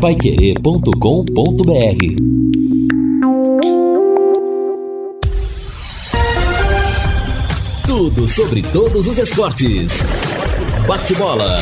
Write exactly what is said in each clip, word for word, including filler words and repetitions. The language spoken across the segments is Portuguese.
paiquerê ponto com ponto br. Tudo sobre todos os esportes. Bate-bola.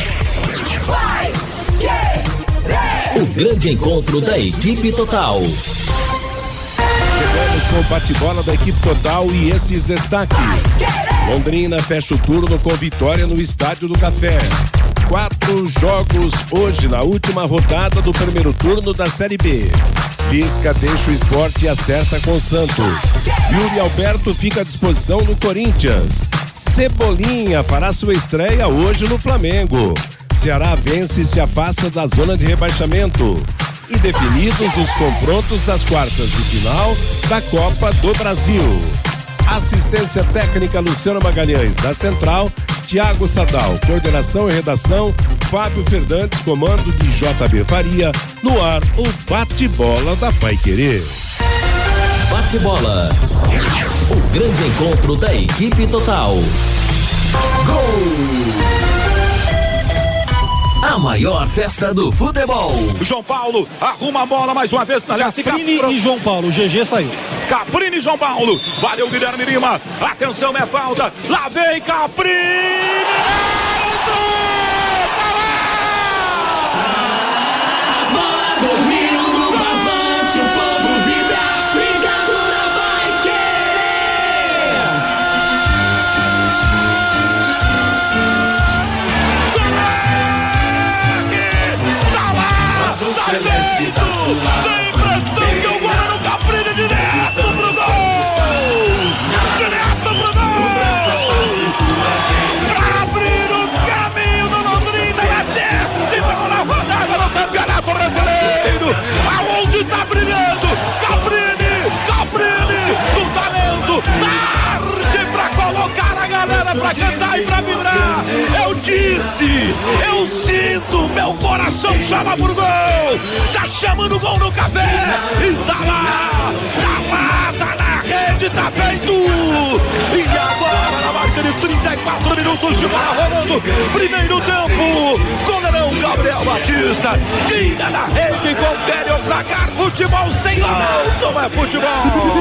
O grande encontro da equipe total. Chegamos com o bate-bola da equipe total e esses destaques. Londrina fecha o turno com vitória no Estádio do Café. Quatro jogos hoje na última rodada do primeiro turno da Série B. Lisca deixa o Sport e acerta com o Santos. Yuri Alberto fica à disposição no Corinthians. Cebolinha fará sua estreia hoje no Flamengo. Ceará vence e se afasta da zona de rebaixamento. E definidos os confrontos das quartas de final da Copa do Brasil. Assistência técnica Luciano Magalhães, da Central, Tiago Sadal, coordenação e redação, Fábio Fernandes, comando de J B Faria, no ar, o bate-bola da Paiquerê. Bate-bola, o grande encontro da equipe total. Gol! A maior festa do futebol. João Paulo arruma a bola mais uma vez na Aliança. Caprini Capro... e João Paulo, o G G saiu. Caprini e João Paulo, valeu Guilherme Lima, atenção, é falta, lá vem Caprini, tá lá! Bola dormindo no barbante, o povo vibra, ligado na Paiquerê. Tá lá, tá feito, tem impressão que o gol é no Caprini direto pro gol, direto pro gol, pra abrir o caminho do Londrina na décima rodada do Campeonato Brasileiro. A onze tá brilhando, Caprini, Caprini, do talento, na arte pra colocar a galera pra cantar e pra vibrar. Eu disse, eu sinto, meu coração chama por gol, tá chamando gol no café, e tá lá, tá lá, tá na rede, tá feito. E agora na marca de trinta e quatro minutos de bola rolando, primeiro tempo, goleirão Gabriel Batista, tira da rede e confere o placar. Futebol sem gol, não é futebol.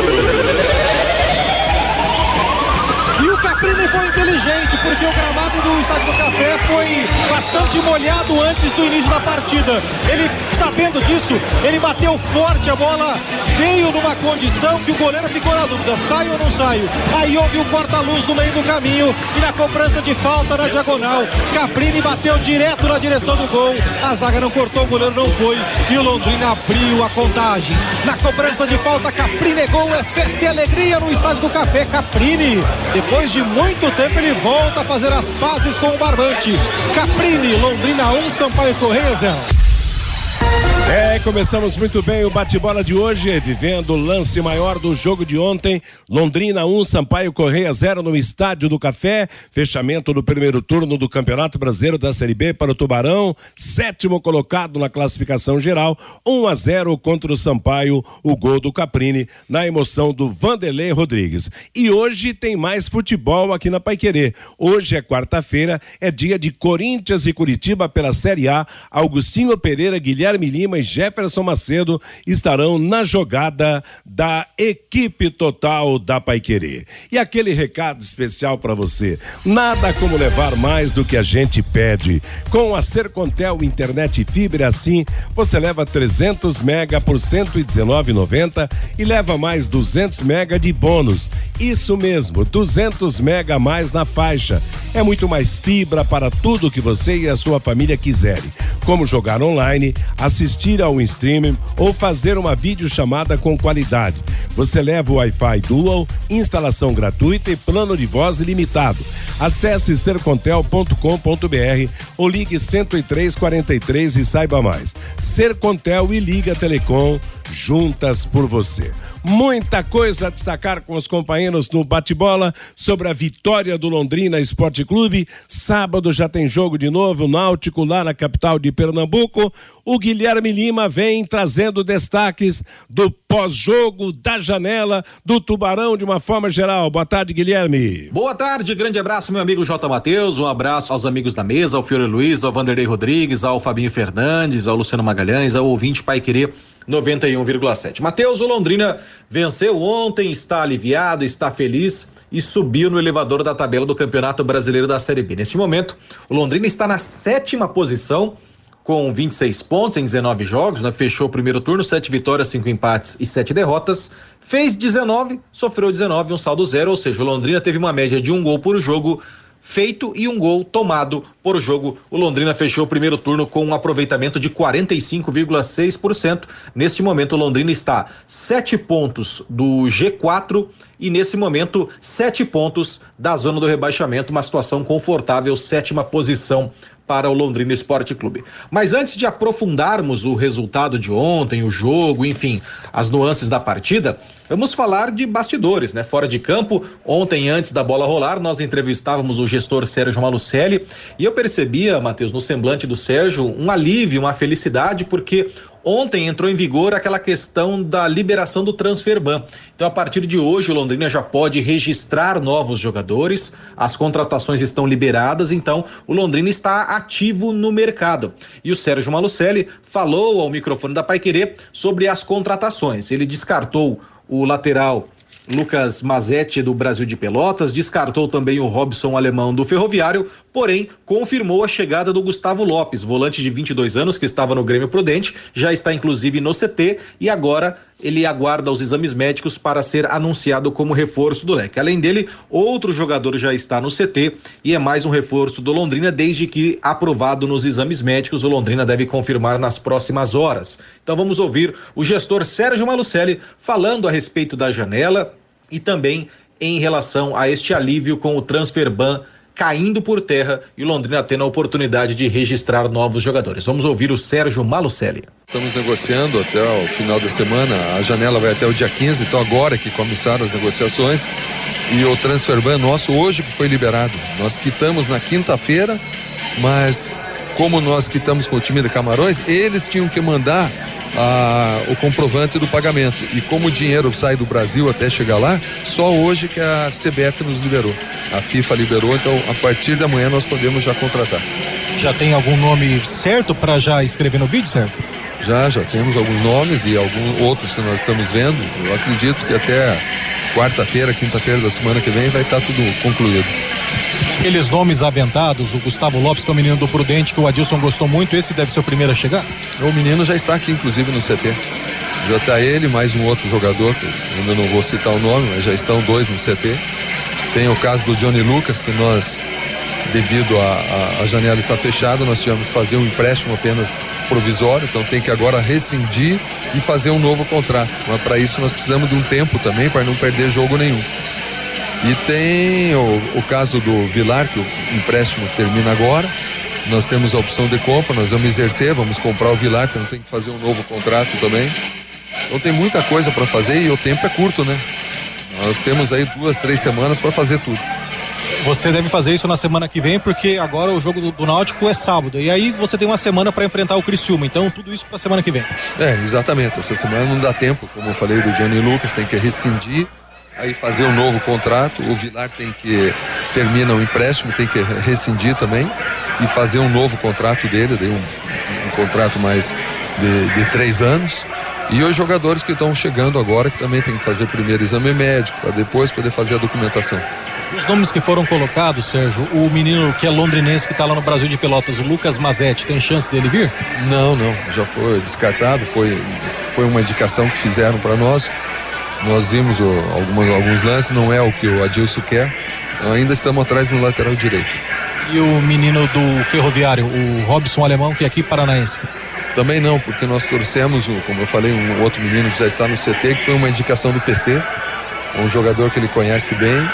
E o Caprini foi inteligente, porque o gramado do Estádio do Café foi bastante molhado antes do início da partida. Ele, sabendo disso, ele bateu forte, a bola veio numa condição que o goleiro ficou na dúvida, saio ou não saio? Aí houve um corta-luz no meio do caminho e na cobrança de falta na diagonal, Caprini bateu direto na direção do gol, a zaga não cortou, o goleiro não foi e o Londrina abriu a contagem. Na cobrança de falta, Caprini é gol, é festa e alegria no Estádio do Café. Caprini, depois de muito tempo, ele volta a fazer as pazes com o barbante. Caprini, Londrina um, Sampaio Correia zero. É, começamos muito bem o bate-bola de hoje, vivendo o lance maior do jogo de ontem. Londrina um, Sampaio Correia zero no Estádio do Café. Fechamento do primeiro turno do Campeonato Brasileiro da Série B para o Tubarão, sétimo colocado na classificação geral, um a zero contra o Sampaio, o gol do Caprini na emoção do Vanderlei Rodrigues. E hoje tem mais futebol aqui na Paiquerê. Hoje é quarta-feira, é dia de Corinthians e Curitiba pela Série A. Augustinho Pereira, Guilherme Lima e Jefferson Macedo estarão na jogada da equipe total da Paiquerê. E aquele recado especial para você: nada como levar mais do que a gente pede. Com a Sercontel Internet e Fibra, assim você leva trezentos mega por cento e dezenove reais e noventa centavos e leva mais duzentos mega de bônus. Isso mesmo, duzentos mega a mais na faixa. É muito mais fibra para tudo que você e a sua família quiserem, como jogar online, assistir ao streaming ou fazer uma videochamada com qualidade. Você leva o Wi-Fi Dual, instalação gratuita e plano de voz ilimitado. Acesse sercontel ponto com ponto br ou ligue cento e três, quarenta e três e saiba mais. Sercontel e Liga Telecom, juntas por você. Muita coisa a destacar com os companheiros no bate-bola sobre a vitória do Londrina Esporte Clube. Sábado já tem jogo de novo, o Náutico lá na capital de Pernambuco. O Guilherme Lima vem trazendo destaques do pós-jogo, da janela, do Tubarão de uma forma geral. Boa tarde, Guilherme. Boa tarde, grande abraço, meu amigo J. Matheus, um abraço aos amigos da mesa, ao Fiore Luiz, ao Vanderlei Rodrigues, ao Fabinho Fernandes, ao Luciano Magalhães, ao ouvinte Pai Querer noventa e um vírgula sete. Matheus, o Londrina venceu ontem, está aliviado, está feliz e subiu no elevador da tabela do Campeonato Brasileiro da Série B. Neste momento, o Londrina está na sétima posição, com vinte e seis pontos em dezenove jogos, né? Fechou o primeiro turno, sete vitórias, cinco empates e sete derrotas, fez dezenove, sofreu dezenove, um saldo zero, ou seja, o Londrina teve uma média de um gol por jogo feito e um gol tomado por jogo. O Londrina fechou o primeiro turno com um aproveitamento de quarenta e cinco vírgula seis por cento. Neste momento, o Londrina está sete pontos do G quatro e, nesse momento, sete pontos da zona do rebaixamento. Uma situação confortável, sétima posição para o Londrina Esporte Clube. Mas antes de aprofundarmos o resultado de ontem, o jogo, enfim, as nuances da partida, vamos falar de bastidores, né? Fora de campo, ontem, antes da bola rolar, nós entrevistávamos o gestor Sérgio Malucelli e eu percebia, Matheus, no semblante do Sérgio, um alívio, uma felicidade, porque ontem entrou em vigor aquela questão da liberação do transferban. Então, a partir de hoje, o Londrina já pode registrar novos jogadores, as contratações estão liberadas, então o Londrina está ativo no mercado. E o Sérgio Malucelli falou ao microfone da Paiquerê sobre as contratações. Ele descartou o lateral Lucas Mazetti do Brasil de Pelotas, descartou também o Robson Alemão do Ferroviário, porém confirmou a chegada do Gustavo Lopes, volante de vinte e dois anos que estava no Grêmio Prudente, já está inclusive no C T e agora ele aguarda os exames médicos para ser anunciado como reforço do Leque. Além dele, outro jogador já está no C T e é mais um reforço do Londrina, desde que aprovado nos exames médicos, o Londrina deve confirmar nas próximas horas. Então vamos ouvir o gestor Sérgio Malucelli falando a respeito da janela e também em relação a este alívio com o transferban caindo por terra e o Londrina tendo a oportunidade de registrar novos jogadores. Vamos ouvir o Sérgio Malucelli. Estamos negociando até o final da semana, a janela vai até o dia quinze, então agora que começaram as negociações e o transferban nosso hoje que foi liberado. Nós quitamos na quinta-feira, mas como nós quitamos com o time de Camarões, eles tinham que mandar A, o comprovante do pagamento e como o dinheiro sai do Brasil até chegar lá, só hoje que a C B F nos liberou, a FIFA liberou, então a partir da manhã nós podemos já contratar. Já tem algum nome certo para já escrever no bid, certo? Já, já temos alguns nomes e alguns outros que nós estamos vendo. Eu acredito que até quarta-feira, quinta-feira da semana que vem vai estar tudo concluído. Aqueles nomes aventados, o Gustavo Lopes, que é o menino do Prudente, que o Adilson gostou muito, esse deve ser o primeiro a chegar? O menino já está aqui, inclusive, no C T. Já está ele, mais um outro jogador, que ainda não vou citar o nome, mas já estão dois no C T. Tem o caso do Johnny Lucas, que nós, devido a, a, a janela estar fechada, nós tivemos que fazer um empréstimo apenas provisório, então tem que agora rescindir e fazer um novo contrato. Mas para isso nós precisamos de um tempo também, para não perder jogo nenhum. E tem o, o caso do Vilar, que o empréstimo termina agora. Nós temos a opção de compra, nós vamos exercer, vamos comprar o Vilar, então tem que fazer um novo contrato também. Então tem muita coisa para fazer e o tempo é curto, né? Nós temos aí duas, três semanas para fazer tudo. Você deve fazer isso na semana que vem, porque agora o jogo do, do Náutico é sábado. E aí você tem uma semana para enfrentar o Criciúma. Então tudo isso para semana que vem. É, exatamente. Essa semana não dá tempo, como eu falei do Johnny Lucas, tem que rescindir. Aí fazer um novo contrato, o Vilar tem que termina o empréstimo, tem que rescindir também e fazer um novo contrato dele, daí um, um contrato mais de, de três anos. E os jogadores que estão chegando agora, que também tem que fazer primeiro exame médico, para depois poder fazer a documentação. Os nomes que foram colocados, Sérgio, o menino que é londrinense, que está lá no Brasil de Pelotas, o Lucas Mazetti, tem chance dele vir? Não, não, já foi descartado, foi, foi uma indicação que fizeram para nós. Nós vimos o, algumas, alguns lances, não é o que o Adilson quer, ainda estamos atrás no lateral direito. E o menino do Ferroviário, o Robson Alemão, que é aqui paranaense? Também não, porque nós trouxemos, como eu falei, um outro menino que já está no C T, que foi uma indicação do P C, um jogador que ele conhece bem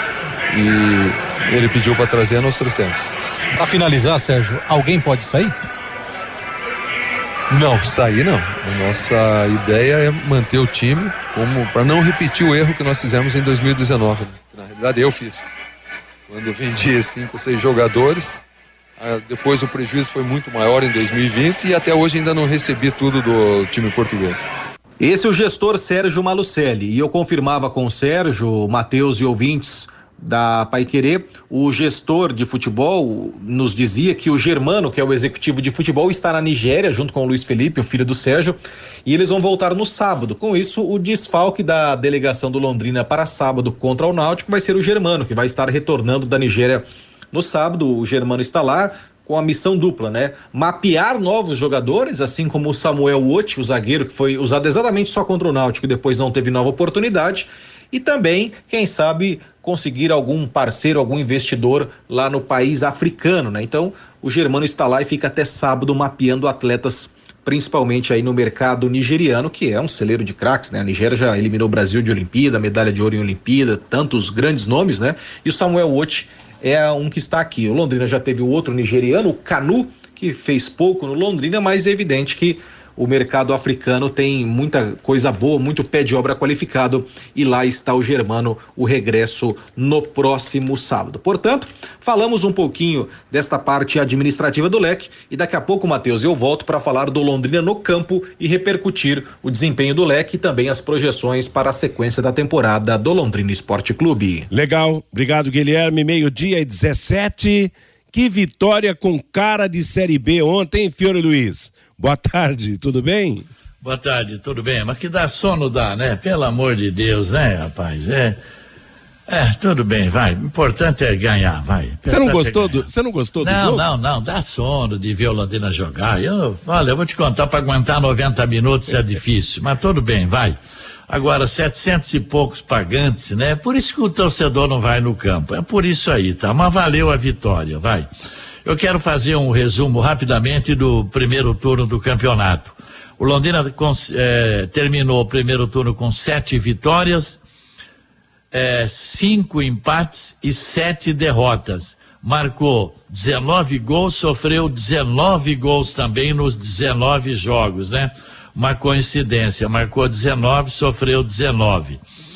e ele pediu para trazer, nós trouxemos. Para finalizar, Sérgio, alguém pode sair? Não, sair não. A nossa ideia é manter o time como para não repetir o erro que nós fizemos em dois mil e dezenove. Na realidade eu fiz. Quando eu vendi cinco, seis jogadores, depois o prejuízo foi muito maior em dois mil e vinte e até hoje ainda não recebi tudo do time português. Esse é o gestor Sérgio Malucelli, e eu confirmava com o Sérgio, Matheus e ouvintes da Paiquerê, o gestor de futebol nos dizia que o Germano, que é o executivo de futebol, está na Nigéria junto com o Luiz Felipe, o filho do Sérgio, e eles vão voltar no sábado. Com isso, o desfalque da delegação do Londrina para sábado contra o Náutico vai ser o Germano, que vai estar retornando da Nigéria no sábado. O Germano está lá com a missão dupla, né? Mapear novos jogadores, assim como o Samuel Oti, o zagueiro que foi usado exatamente só contra o Náutico e depois não teve nova oportunidade, e também, quem sabe, conseguir algum parceiro, algum investidor lá no país africano, né? Então, o Germano está lá e fica até sábado mapeando atletas, principalmente aí no mercado nigeriano, que é um celeiro de craques, né? A Nigéria já eliminou o Brasil de Olimpíada, medalha de ouro em Olimpíada, tantos grandes nomes, né? E o Samuel Oti é um que está aqui. O Londrina já teve o outro nigeriano, o Canu, que fez pouco no Londrina, mas é evidente que o mercado africano tem muita coisa boa, muito pé de obra qualificado, e lá está o Germano, o regresso no próximo sábado. Portanto, falamos um pouquinho desta parte administrativa do Leque, e daqui a pouco, Matheus, eu volto para falar do Londrina no campo e repercutir o desempenho do Leque e também as projeções para a sequência da temporada do Londrina Esporte Clube. Legal, obrigado, Guilherme. Meio-dia e dezessete. Que vitória com cara de Série B ontem, Fiore Luiz. Boa tarde, tudo bem? Boa tarde, tudo bem? Mas que dá sono dá, né? Pelo amor de Deus, né, rapaz? É, é tudo bem, vai. O importante é ganhar, vai. Você não gostou do, você não gostou do não, jogo? Não, não, não, dá sono de ver o Londrina jogar. Eu, olha, eu vou te contar, para aguentar noventa minutos é difícil, mas tudo bem, vai. Agora, setecentos e poucos pagantes, né? Por isso que o torcedor não vai no campo. É por isso aí, tá? Mas valeu a vitória, vai. Eu quero fazer um resumo rapidamente do primeiro turno do campeonato. O Londrina eh, terminou o primeiro turno com sete vitórias, eh, cinco empates e sete derrotas. Marcou dezenove gols, sofreu dezenove gols também nos dezenove jogos, né? Uma coincidência, marcou dezenove, sofreu dezenove.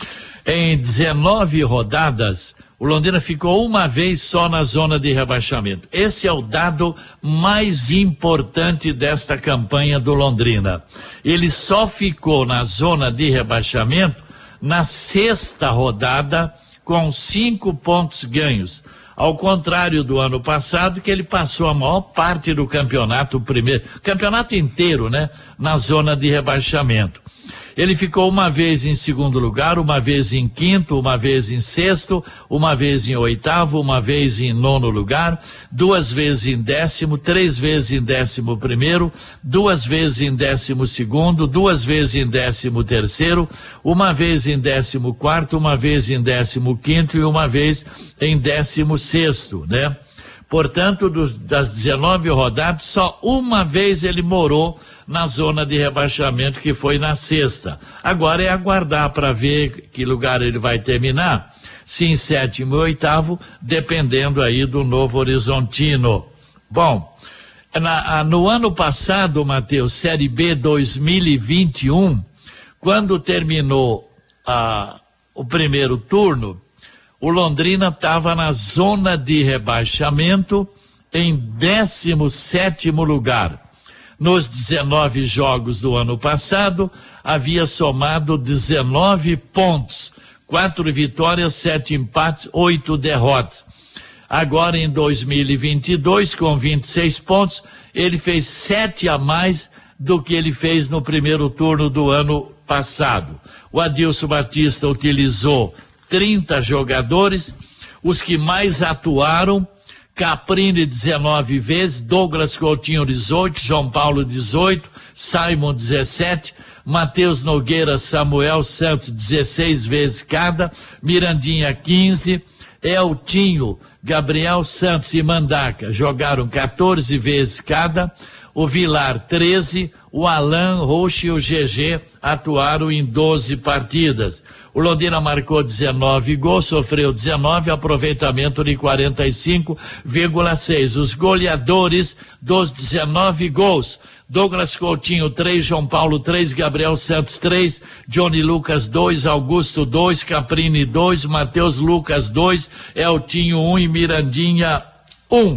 Em dezenove rodadas, o Londrina ficou uma vez só na zona de rebaixamento. Esse é o dado mais importante desta campanha do Londrina. Ele só ficou na zona de rebaixamento na sexta rodada com cinco pontos ganhos. Ao contrário do ano passado, que ele passou a maior parte do campeonato, o primeiro, campeonato inteiro, né, na zona de rebaixamento. Ele ficou uma vez em segundo lugar, uma vez em quinto, uma vez em sexto, uma vez em oitavo, uma vez em nono lugar, duas vezes em décimo, três vezes em décimo primeiro, duas vezes em décimo segundo, duas vezes em décimo terceiro, uma vez em décimo quarto, uma vez em décimo quinto e uma vez em décimo sexto, né? Portanto, dos, das dezenove rodadas, só uma vez ele morou na zona de rebaixamento, que foi na sexta. Agora é aguardar para ver que lugar ele vai terminar, se em sétimo ou oitavo, dependendo aí do Novo Horizontino. Bom, na, no ano passado, Matheus, Série B dois mil e vinte e um, quando terminou ah, o primeiro turno, o Londrina estava na zona de rebaixamento em décimo sétimo lugar. Nos dezenove jogos do ano passado, havia somado dezenove pontos, quatro vitórias, sete empates, oito derrotas. Agora, em dois mil e vinte e dois, com vinte e seis pontos, ele fez sete a mais do que ele fez no primeiro turno do ano passado. O Adilson Batista utilizou trinta jogadores, os que mais atuaram: Caprini dezenove vezes, Douglas Coutinho dezoito, João Paulo dezoito, Simon dezessete, Matheus Nogueira, Samuel Santos dezesseis vezes cada, Mirandinha quinze, Eltinho, Gabriel Santos e Mandaca jogaram quatorze vezes cada, o Vilar treze, o Alan, Rocha e o G G atuaram em doze partidas. O Londrina marcou dezenove gols, sofreu dezenove, aproveitamento de quarenta e cinco vírgula seis. Os goleadores dos dezenove gols: Douglas Coutinho, três, João Paulo, três, Gabriel Santos, três, Johnny Lucas, dois, Augusto, dois, Caprini, dois, Matheus Lucas, dois, Eltinho, um e Mirandinha, um.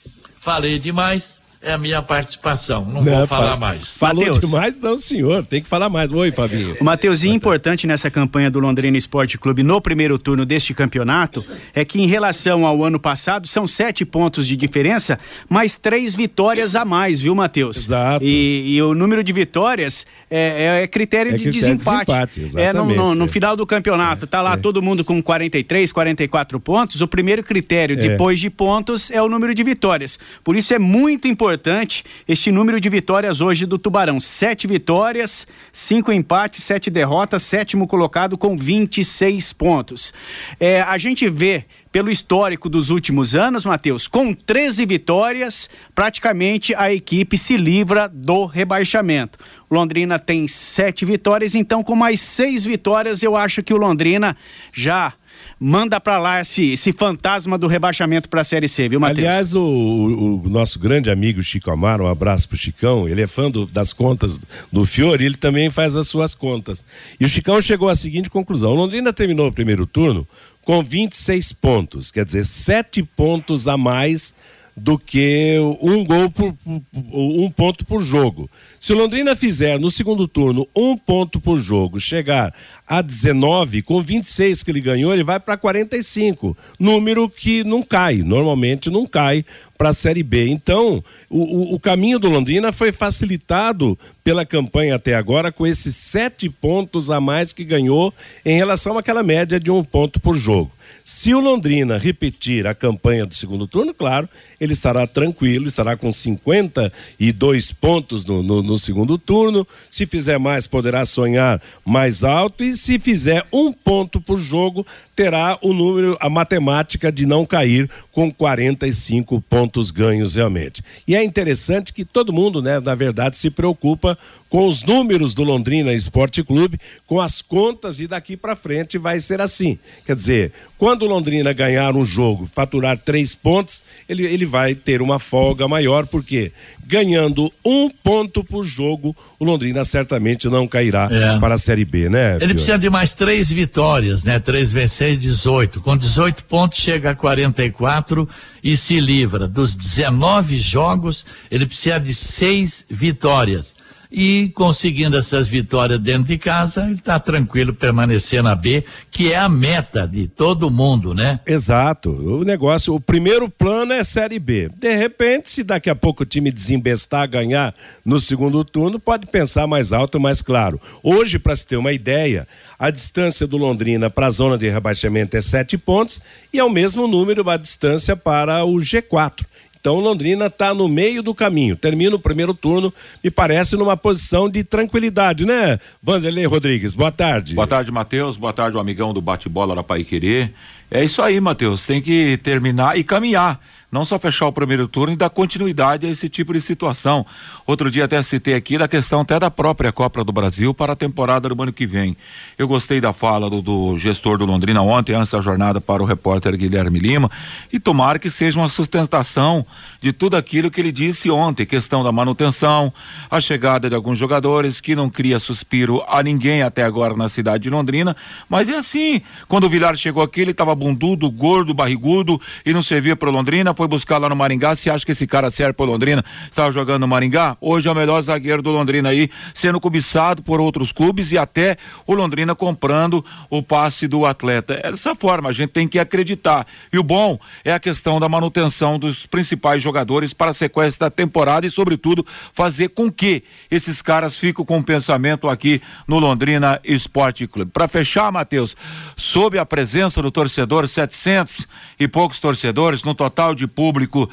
Falei demais. É a minha participação, não, não vou falar mais. Falou Mateus. demais não, senhor, tem que falar mais. Oi, Fabinho. O Mateuzinho, importante nessa campanha do Londrina Esporte Clube no primeiro turno deste campeonato é que em relação ao ano passado são sete pontos de diferença, mas três vitórias a mais, viu, Matheus? Exato. E, e o número de vitórias é, é critério É de critério de desempate. desempate, é no, no, no exatamente. final do campeonato, tá lá é. todo mundo com quarenta e três, quarenta e quatro pontos, o primeiro critério É. depois de pontos é o número de vitórias. Por isso é muito importante este número de vitórias hoje do Tubarão. Sete vitórias, cinco empates, sete derrotas, sétimo colocado com vinte e seis pontos. É, a gente vê pelo histórico dos últimos anos, Matheus, com treze vitórias, praticamente a equipe se livra do rebaixamento. O Londrina tem sete vitórias, então com mais seis vitórias eu acho que o Londrina já manda pra lá esse, esse fantasma do rebaixamento pra Série C, viu, Matheus? Aliás, o, o, o nosso grande amigo Chico Amaro, um abraço pro Chicão, ele é fã do, das contas do Fiore, ele também faz as suas contas. E o Chicão chegou à seguinte conclusão: o Londrina terminou o primeiro turno com vinte e seis pontos, quer dizer, sete pontos a mais do que um gol por, por um ponto por jogo. Se o Londrina fizer no segundo turno um ponto por jogo, chegar a dezenove, com vinte e seis que ele ganhou, ele vai para quarenta e cinco, número que não cai, normalmente não cai para a Série B. Então, o, o, o caminho do Londrina foi facilitado pela campanha até agora, com esses sete pontos a mais que ganhou em relação àquela média de um ponto por jogo. Se o Londrina repetir a campanha do segundo turno, claro, ele estará tranquilo, estará com cinquenta e dois pontos no, no, no segundo turno. Se fizer mais, poderá sonhar mais alto, e se fizer um ponto por jogo, terá o número, a matemática de não cair, com quarenta e cinco pontos ganhos realmente. E é interessante que todo mundo, né, na verdade, se preocupa com os números do Londrina Esporte Clube, com as contas, e daqui para frente vai ser assim. Quer dizer, quando o Londrina ganhar um jogo, faturar três pontos, ele, ele vai ter uma folga maior, porque ganhando um ponto por jogo, o Londrina certamente não cairá É. para a Série B, né, Ele Fiore? precisa de mais três vitórias, né? Três vencer, dezoito. Com dezoito pontos chega a quarenta e quatro e se livra. Dos dezenove jogos, ele precisa de seis vitórias. E conseguindo essas vitórias dentro de casa, ele está tranquilo permanecer na B, que é a meta de todo mundo, né? Exato. O negócio, o primeiro plano é Série B. De repente, se daqui a pouco o time desembestar, ganhar no segundo turno, pode pensar mais alto, mais claro. Hoje, para se ter uma ideia, a distância do Londrina para a zona de rebaixamento é sete pontos, e é o mesmo número a distância para o G quatro. Então, Londrina está no meio do caminho. Termina o primeiro turno, me parece, numa posição de tranquilidade, né, Vanderlei Rodrigues? Boa tarde. Boa tarde, Matheus. Boa tarde, o amigão do bate-bola da Paiquerê. É isso aí, Matheus. Tem que terminar e caminhar. Não só fechar o primeiro turno e dar continuidade a esse tipo de situação. Outro dia até citei aqui da questão até da própria Copa do Brasil para a temporada do ano que vem. Eu gostei da fala do, do gestor do Londrina ontem, antes da jornada, para o repórter Guilherme Lima, e tomara que seja uma sustentação de tudo aquilo que ele disse ontem, questão da manutenção, a chegada de alguns jogadores, que não cria suspiro a ninguém até agora na cidade de Londrina, mas é assim, quando o Vilar chegou aqui, ele estava bundudo, gordo, barrigudo, e não servia para Londrina, foi buscar lá no Maringá. Se acha que esse cara serve pro Londrina, estava jogando no Maringá, hoje é o melhor zagueiro do Londrina aí, sendo cobiçado por outros clubes, e até o Londrina comprando o passe do atleta. É dessa forma, a gente tem que acreditar. E o bom é a questão da manutenção dos principais jogadores para a sequência da temporada, e sobretudo fazer com que esses caras fiquem com o pensamento aqui no Londrina Esporte Clube. Para fechar, Matheus, sob a presença do torcedor, setecentos e poucos torcedores, no total de público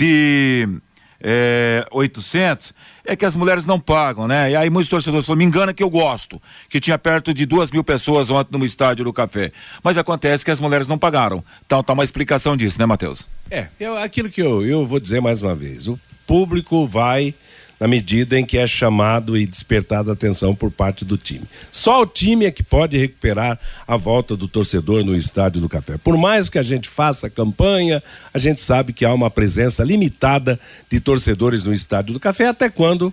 de é, oitocentos, é que as mulheres não pagam, né? E aí muitos torcedores falam, me engana que eu gosto, que tinha perto de duas mil pessoas ontem no estádio do Café. Mas acontece que as mulheres não pagaram. Então tá uma explicação disso, né, Matheus? É, eu, aquilo que eu, eu vou dizer mais uma vez, o público vai na medida em que é chamado e despertado a atenção por parte do time. Só o time é que pode recuperar a volta do torcedor no Estádio do Café. Por mais que a gente faça campanha, a gente sabe que há uma presença limitada de torcedores no Estádio do Café, até quando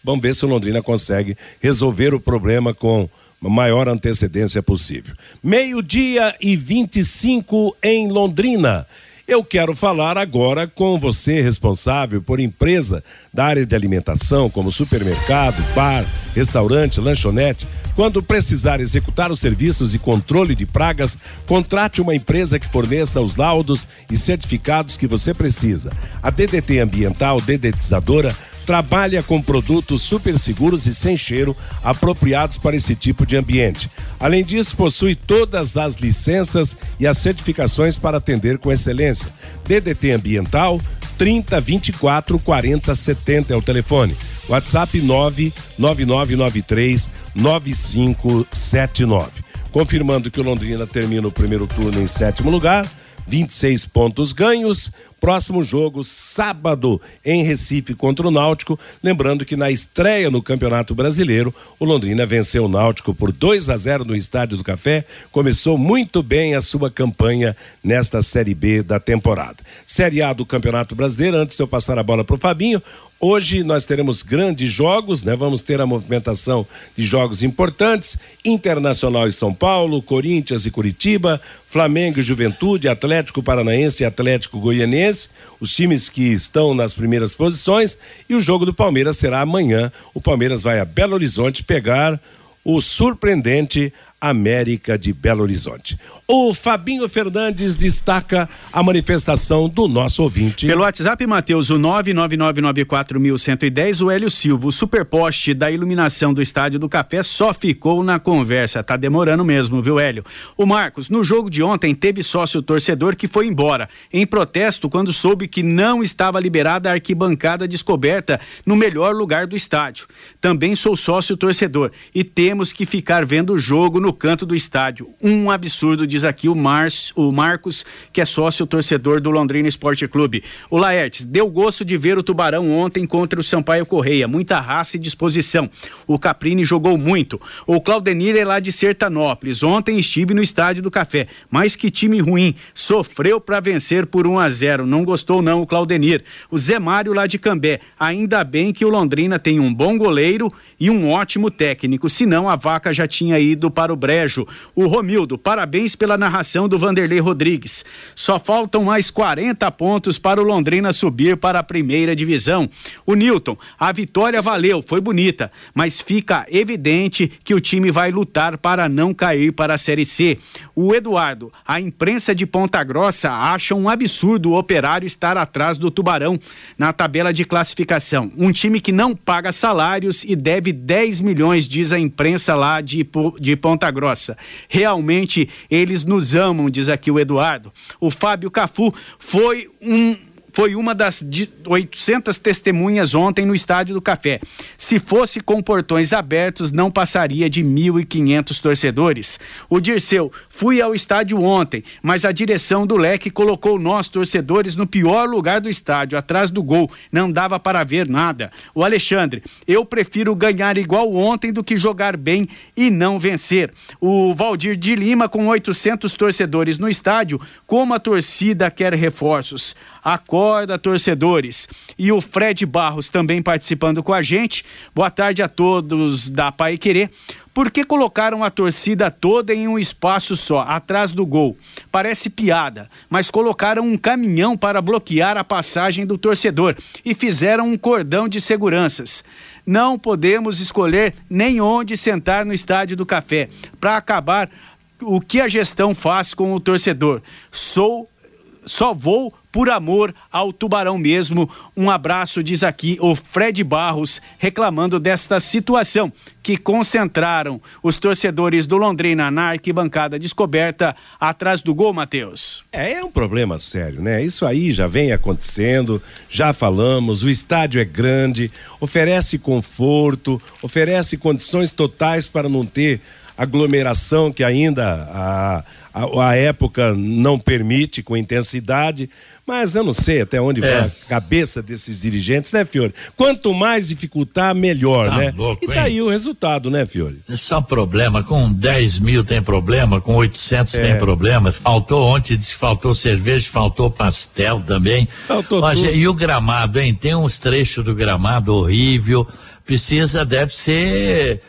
Vamos ver se o Londrina consegue resolver o problema com a maior antecedência possível. Meio-dia e vinte e cinco em Londrina. Eu quero falar agora com você, responsável por empresa da área de alimentação, como supermercado, bar, restaurante, lanchonete. Quando precisar executar os serviços de controle de pragas, contrate uma empresa que forneça os laudos e certificados que você precisa. A D D T Ambiental Dedetizadora trabalha com produtos super seguros e sem cheiro, apropriados para esse tipo de ambiente. Além disso, possui todas as licenças e as certificações para atender com excelência. D D T Ambiental trinta, vinte e quatro, quarenta, setenta é o telefone. WhatsApp nove nove nove nove três nove cinco sete nove. Confirmando que o Londrina termina o primeiro turno em sétimo lugar, vinte e seis pontos ganhos. Próximo jogo, sábado, em Recife contra o Náutico. Lembrando que na estreia no Campeonato Brasileiro, o Londrina venceu o Náutico por dois a zero no Estádio do Café. Começou muito bem a sua campanha nesta Série B da temporada. Série A do Campeonato Brasileiro, antes de eu passar a bola para o Fabinho, hoje nós teremos grandes jogos, né? Vamos ter a movimentação de jogos importantes: Internacional e São Paulo, Corinthians e Curitiba, Flamengo e Juventude, Atlético Paranaense e Atlético Goianiense, os times que estão nas primeiras posições, e o jogo do Palmeiras será amanhã. O Palmeiras vai a Belo Horizonte pegar o surpreendente América de Belo Horizonte. O Fabinho Fernandes destaca a manifestação do nosso ouvinte. Pelo WhatsApp, Matheus, o nove nove nove nove quatro um um zero, o Hélio Silva, o superposte da iluminação do Estádio do Café só ficou na conversa. Tá demorando mesmo, viu, Hélio? O Marcos, no jogo de ontem teve sócio torcedor que foi embora em protesto quando soube que não estava liberada a arquibancada descoberta no melhor lugar do estádio. Também sou sócio torcedor e temos que ficar vendo o jogo no canto do estádio. Um absurdo, diz aqui o, Marcio, o Marcos, que é sócio torcedor do Londrina Esporte Clube. O Laertes, deu gosto de ver o Tubarão ontem contra o Sampaio Correia, muita raça e disposição. O Caprini jogou muito. O Claudenir é lá de Sertanópolis, ontem estive no Estádio do Café, mas que time ruim, sofreu para vencer por um a zero, não gostou não o Claudenir. O Zé Mário lá de Cambé, ainda bem que o Londrina tem um bom goleiro e um ótimo técnico, senão a vaca já tinha ido para o brejo. O Romildo, parabéns pela narração do Vanderlei Rodrigues. Só faltam mais quarenta pontos para o Londrina subir para a primeira divisão. O Newton, a vitória valeu, foi bonita, mas fica evidente que o time vai lutar para não cair para a Série C. O Eduardo, a imprensa de Ponta Grossa acha um absurdo o Operário estar atrás do Tubarão na tabela de classificação. Um time que não paga salários e deve dez milhões, diz a imprensa lá de, de Ponta Grossa. Realmente eles nos amam, diz aqui o Eduardo. O Fábio Cafu foi um foi uma das oitocentas testemunhas ontem no Estádio do Café. Se fosse com portões abertos, não passaria de mil e quinhentos torcedores. O Dirceu, fui ao estádio ontem, mas a direção do Leque colocou nós, torcedores, no pior lugar do estádio, atrás do gol. Não dava para ver nada. O Alexandre, eu prefiro ganhar igual ontem do que jogar bem e não vencer. O Valdir de Lima, com oitocentos torcedores no estádio, como a torcida quer reforços. Acorda, torcedores. E o Fred Barros também participando com a gente. Boa tarde a todos da Paiquerê. Por que colocaram a torcida toda em um espaço só, atrás do gol? Parece piada, mas colocaram um caminhão para bloquear a passagem do torcedor e fizeram um cordão de seguranças. Não podemos escolher nem onde sentar no Estádio do Café para acabar o que a gestão faz com o torcedor. Sou, só vou por amor ao Tubarão mesmo. Um abraço, diz aqui o Fred Barros, reclamando desta situação que concentraram os torcedores do Londrina na arquibancada descoberta atrás do gol, Matheus. É, é um problema sério, né? Isso aí já vem acontecendo, já falamos, o estádio é grande, oferece conforto, oferece condições totais para não ter aglomeração que ainda a, a, a época não permite com intensidade, mas eu não sei até onde é. vai a cabeça desses dirigentes, né, Fiore? Quanto mais dificultar, melhor, tá né? Louco, e tá hein? aí o resultado, né, Fiore? É só problema, com dez mil tem problema, com oitocentos é. tem problema, faltou ontem, disse que faltou cerveja, faltou pastel também. Faltou Mas, tudo. E o gramado, hein? Tem uns trechos do gramado horrível, precisa, deve ser,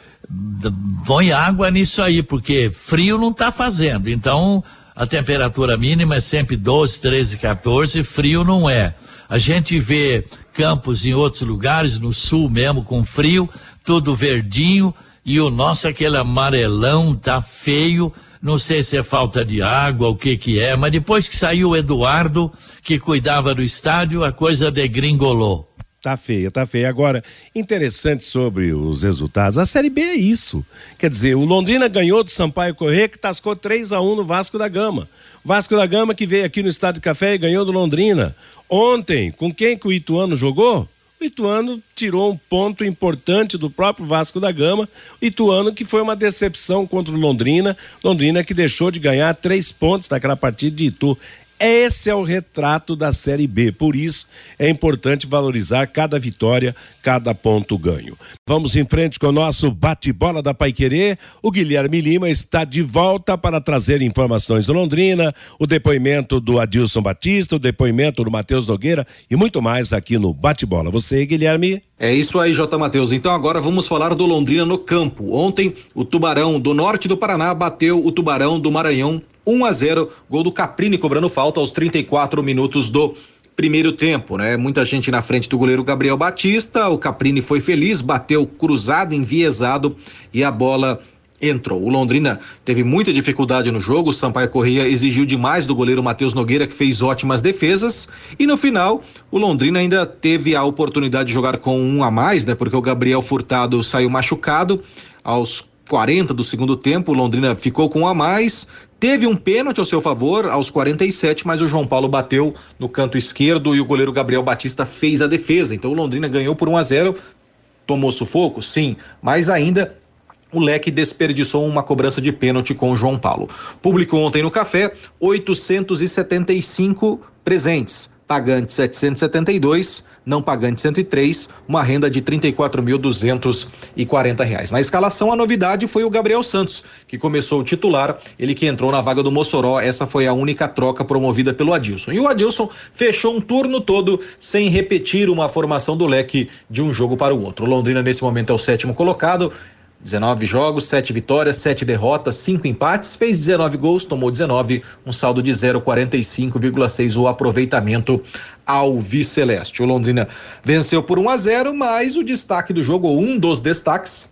põe água nisso aí, porque frio não tá fazendo, então a temperatura mínima é sempre doze, treze, quatorze, frio não é. A gente vê campos em outros lugares, no sul mesmo, com frio, tudo verdinho, e o nosso, aquele amarelão, tá feio, não sei se é falta de água, o que que é, mas depois que saiu o Eduardo, que cuidava do estádio, a coisa degringolou. Tá feia, tá feia. Agora, interessante sobre os resultados, a Série B é isso. Quer dizer, o Londrina ganhou do Sampaio Corrêa, que tascou três a um no Vasco da Gama. Vasco da Gama que veio aqui no Estádio Café e ganhou do Londrina. Ontem, com quem que o Ituano jogou? O Ituano tirou um ponto importante do próprio Vasco da Gama. O Ituano que foi uma decepção contra o Londrina. Londrina que deixou de ganhar três pontos naquela partida de Itu. Esse é o retrato da Série B, por isso é importante valorizar cada vitória, cada ponto ganho. Vamos em frente com o nosso bate-bola da Paiquerê. O Guilherme Lima está de volta para trazer informações do Londrina, o depoimento do Adilson Batista, o depoimento do Matheus Nogueira e muito mais aqui no bate-bola. Você, Guilherme? É isso aí, J. Matheus. Então agora vamos falar do Londrina no campo. Ontem, o Tubarão do Norte do Paraná bateu o Tubarão do Maranhão um a zero, gol do Caprini cobrando falta aos trinta e quatro minutos do primeiro tempo, né? Muita gente na frente do goleiro Gabriel Batista, o Caprini foi feliz, bateu cruzado, enviesado e a bola entrou. O Londrina teve muita dificuldade no jogo, o Sampaio Corrêa exigiu demais do goleiro Matheus Nogueira, que fez ótimas defesas, e no final o Londrina ainda teve a oportunidade de jogar com um a mais, né? Porque o Gabriel Furtado saiu machucado aos quarenta do segundo tempo, o Londrina ficou com um a mais, teve um pênalti ao seu favor aos quarenta e sete, mas o João Paulo bateu no canto esquerdo e o goleiro Gabriel Batista fez a defesa. Então o Londrina ganhou por um a zero, tomou sufoco? Sim, mas ainda o Leque desperdiçou uma cobrança de pênalti com o João Paulo. Público ontem no Café, oitocentos e setenta e cinco presentes, pagante setecentos e setenta e dois, não pagante cento e três, uma renda de trinta e quatro mil duzentos e quarenta reais. Na escalação, a novidade foi o Gabriel Santos, que começou o titular, ele que entrou na vaga do Mossoró, essa foi a única troca promovida pelo Adilson. E o Adilson fechou um turno todo sem repetir uma formação do Leque de um jogo para o outro. O Londrina nesse momento é o sétimo colocado, dezenove jogos, sete vitórias, sete derrotas, cinco empates, fez dezenove gols, tomou dezenove, um saldo de zero vírgula quarenta e cinco vírgula seis o aproveitamento alviceleste. O Londrina venceu por um a zero, mas o destaque do jogo, ou um dos destaques,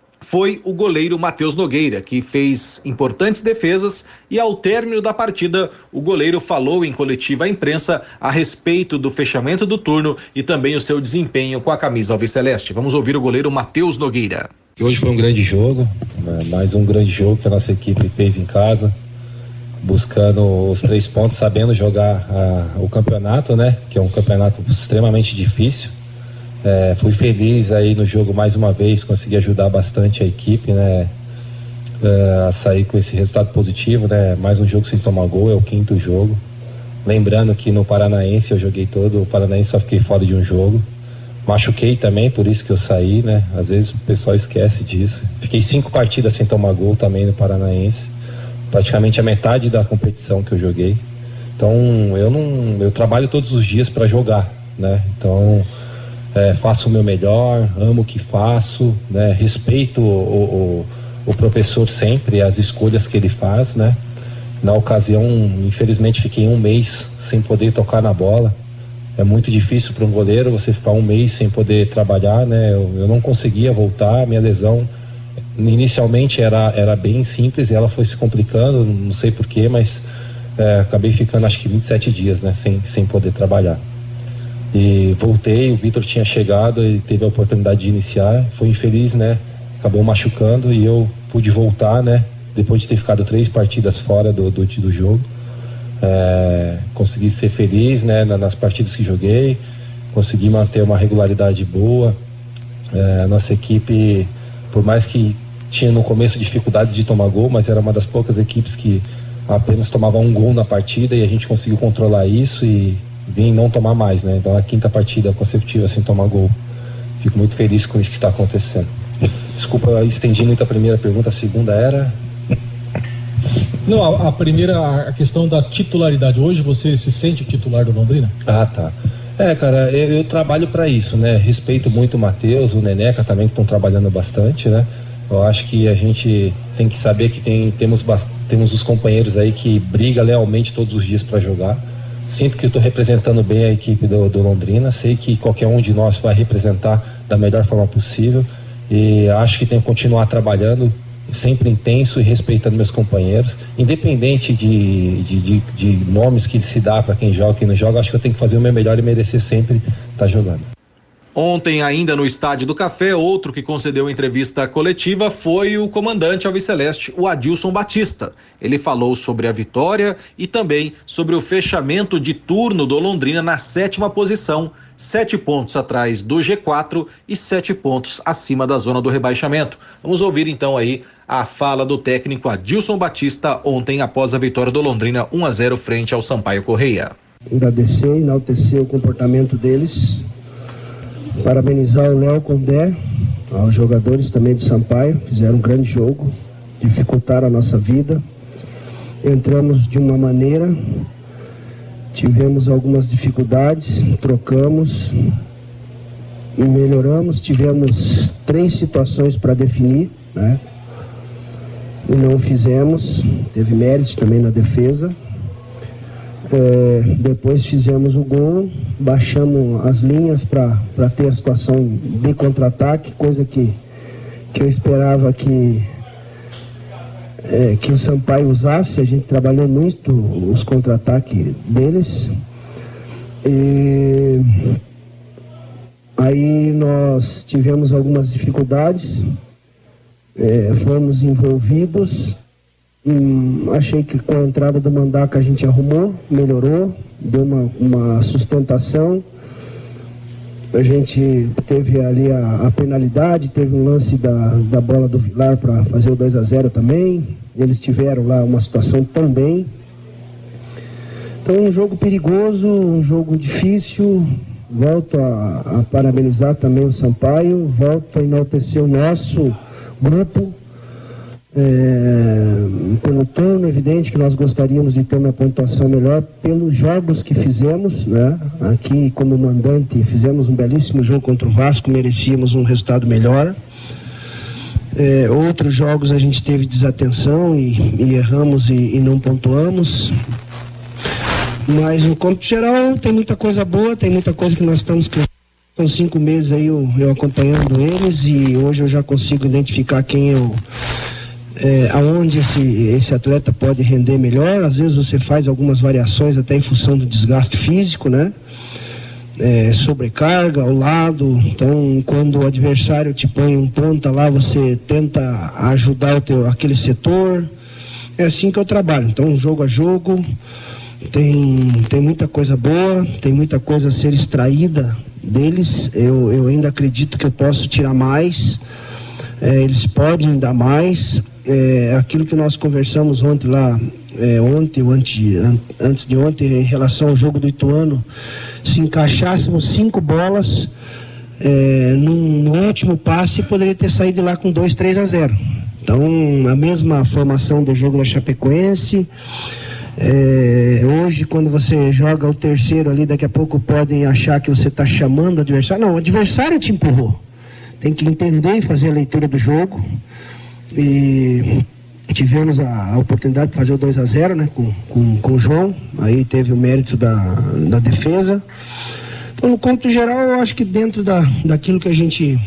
foi o goleiro Matheus Nogueira, que fez importantes defesas e ao término da partida o goleiro falou em coletiva à imprensa a respeito do fechamento do turno e também o seu desempenho com a camisa alviceleste. Vamos ouvir o goleiro Matheus Nogueira. Hoje foi um grande jogo, né? Mais um grande jogo que a nossa equipe fez em casa, buscando os três pontos, sabendo jogar a, o campeonato, né? Que é um campeonato extremamente difícil. É, fui feliz aí no jogo mais uma vez, consegui ajudar bastante a equipe, né? É, a sair com esse resultado positivo, né? Mais um jogo sem tomar gol, é o quinto jogo. Lembrando que no Paranaense eu joguei todo, o Paranaense só fiquei fora de um jogo. Machuquei também, por isso que eu saí, né? Às vezes o pessoal esquece disso. Fiquei cinco partidas sem tomar gol também no Paranaense. Praticamente a metade da competição que eu joguei. Então, eu não, eu trabalho todos os dias para jogar, né? Então, é, faço o meu melhor, amo o que faço, né? Respeito o, o, o professor sempre, as escolhas que ele faz, né? Na ocasião, infelizmente, fiquei um mês sem poder tocar na bola. É muito difícil para um goleiro você ficar um mês sem poder trabalhar, né? Eu, eu não conseguia voltar, minha lesão inicialmente era, era bem simples e ela foi se complicando, não sei porquê, mas é, acabei ficando acho que vinte e sete dias, né? Sem, sem poder trabalhar. E voltei, o Vitor tinha chegado e teve a oportunidade de iniciar, foi infeliz, né? Acabou machucando e eu pude voltar, né? Depois de ter ficado três partidas fora do, do, do jogo. É, consegui ser feliz, né, nas partidas que joguei, consegui manter uma regularidade boa. É, a nossa equipe, por mais que tinha no começo dificuldade de tomar gol, mas era uma das poucas equipes que apenas tomava um gol na partida e a gente conseguiu controlar isso e vir não tomar mais, né? Então a quinta partida consecutiva sem tomar gol. Fico muito feliz com isso que está acontecendo. Desculpa, eu estendi muito a primeira pergunta, a segunda era... Não, a, a primeira, a questão da titularidade. Hoje você se sente o titular do Londrina? Ah, tá. É, cara, eu, eu trabalho para isso, né? Respeito muito o Matheus, o Neneca também, que estão trabalhando bastante, né? Eu acho que a gente tem que saber que tem, temos, temos os companheiros aí que brigam lealmente todos os dias para jogar. Sinto que eu estou representando bem a equipe do, do Londrina. Sei que qualquer um de nós vai representar da melhor forma possível. E acho que tem que continuar trabalhando, sempre intenso e respeitando meus companheiros, independente de, de, de, de nomes que se dá para quem joga e quem não joga. Acho que eu tenho que fazer o meu melhor e merecer sempre estar jogando. Ontem, ainda no Estádio do Café, outro que concedeu entrevista coletiva foi o comandante alviceleste, o Adilson Batista. Ele falou sobre a vitória e também sobre o fechamento de turno do Londrina na sétima posição, sete pontos atrás do G quatro e sete pontos acima da zona do rebaixamento. Vamos ouvir então aí a fala do técnico Adilson Batista ontem após a vitória do Londrina um a zero frente ao Sampaio Corrêa. Agradecer, enaltecer o comportamento deles. Parabenizar o Léo Condé, aos jogadores também do Sampaio, fizeram um grande jogo, dificultaram a nossa vida. Entramos de uma maneira, tivemos algumas dificuldades, trocamos, melhoramos, tivemos três situações para definir, né? E não fizemos, teve mérito também na defesa. É, depois fizemos o gol, baixamos as linhas para ter a situação de contra-ataque, coisa que, que eu esperava que, é, que o Sampaio usasse. A gente trabalhou muito os contra-ataques deles. E aí nós tivemos algumas dificuldades, é, fomos envolvidos. Hum, achei que com a entrada do Mandaca a gente arrumou, melhorou, deu uma, uma sustentação. A gente teve ali a, a penalidade, teve um lance da, da bola do Vilar para fazer o dois a zero também. Eles tiveram lá uma situação também. Então, um jogo perigoso, um jogo difícil. Volto a, a parabenizar também o Sampaio, volto a enaltecer o nosso grupo. É, pelo turno, evidente que nós gostaríamos de ter uma pontuação melhor pelos jogos que fizemos, né? Aqui como mandante fizemos um belíssimo jogo contra o Vasco, merecíamos um resultado melhor. É, outros jogos a gente teve desatenção e, e erramos e, e não pontuamos, mas no campo geral tem muita coisa boa, tem muita coisa que nós estamos crescendo. São cinco meses aí eu, eu acompanhando eles e hoje eu já consigo identificar quem eu É, aonde esse, esse atleta pode render melhor. Às vezes você faz algumas variações até em função do desgaste físico, né? É, sobrecarga ao lado, então quando o adversário te põe um ponta lá, você tenta ajudar o teu, aquele setor. É assim que eu trabalho, então jogo a jogo, tem, tem muita coisa boa, tem muita coisa a ser extraída deles. Eu, eu ainda acredito que eu posso tirar mais, é, eles podem dar mais. É, aquilo que nós conversamos ontem lá, é, ontem ou antes, an, antes de ontem, em relação ao jogo do Ituano, se encaixássemos cinco bolas é, num, no último passe, poderia ter saído lá com dois, três a zero. Então, a mesma formação do jogo da Chapecoense. É, hoje, quando você joga o terceiro ali, daqui a pouco podem achar que você está chamando o adversário. Não, o adversário te empurrou. Tem que entender e fazer a leitura do jogo. E tivemos a, a oportunidade de fazer o dois a zero, né, com, com, com o João. Aí teve o mérito da, da defesa. Então, no cômputo geral, eu acho que dentro da, daquilo que a gente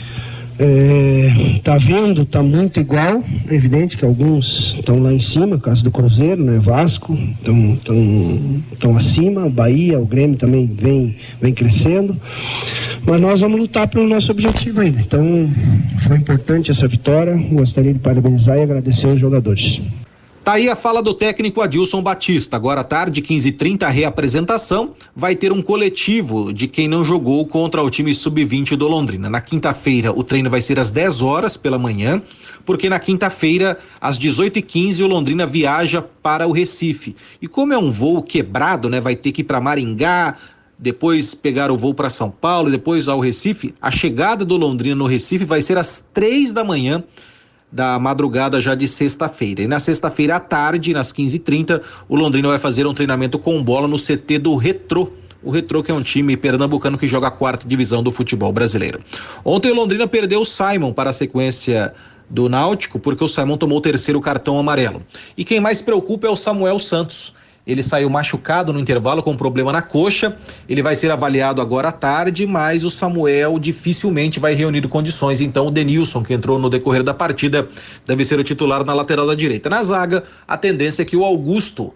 é, tá vendo, tá muito igual. É evidente que alguns estão lá em cima, caso do Cruzeiro, né, Vasco, estão acima, o Bahia, o Grêmio também vem, vem crescendo. Mas nós vamos lutar pelo nosso objetivo ainda. Então, foi importante essa vitória. Gostaria de parabenizar e agradecer aos jogadores. Tá aí a fala do técnico Adilson Batista. Agora à tarde, quinze e trinta, a reapresentação. Vai ter um coletivo de quem não jogou contra o time sub vinte do Londrina. Na quinta-feira, o treino vai ser às dez horas pela manhã, porque na quinta-feira, às dezoito e quinze, o Londrina viaja para o Recife. E como é um voo quebrado, né? Vai ter que ir para Maringá, depois pegar o voo para São Paulo, depois ao Recife. A chegada do Londrina no Recife vai ser às três da manhã da madrugada já de sexta-feira. E na sexta-feira à tarde, nas quinze e trinta, o Londrina vai fazer um treinamento com bola no C T do Retrô. O Retrô, que é um time pernambucano que joga a quarta divisão do futebol brasileiro. Ontem o Londrina perdeu o Simon para a sequência do Náutico, porque o Simon tomou o terceiro cartão amarelo. E quem mais preocupa é o Samuel Santos. Ele saiu machucado no intervalo com problema na coxa. Ele vai ser avaliado agora à tarde, mas o Samuel dificilmente vai reunir condições. Então o Denilson, que entrou no decorrer da partida, deve ser o titular na lateral da direita. Na zaga, a tendência é que o Augusto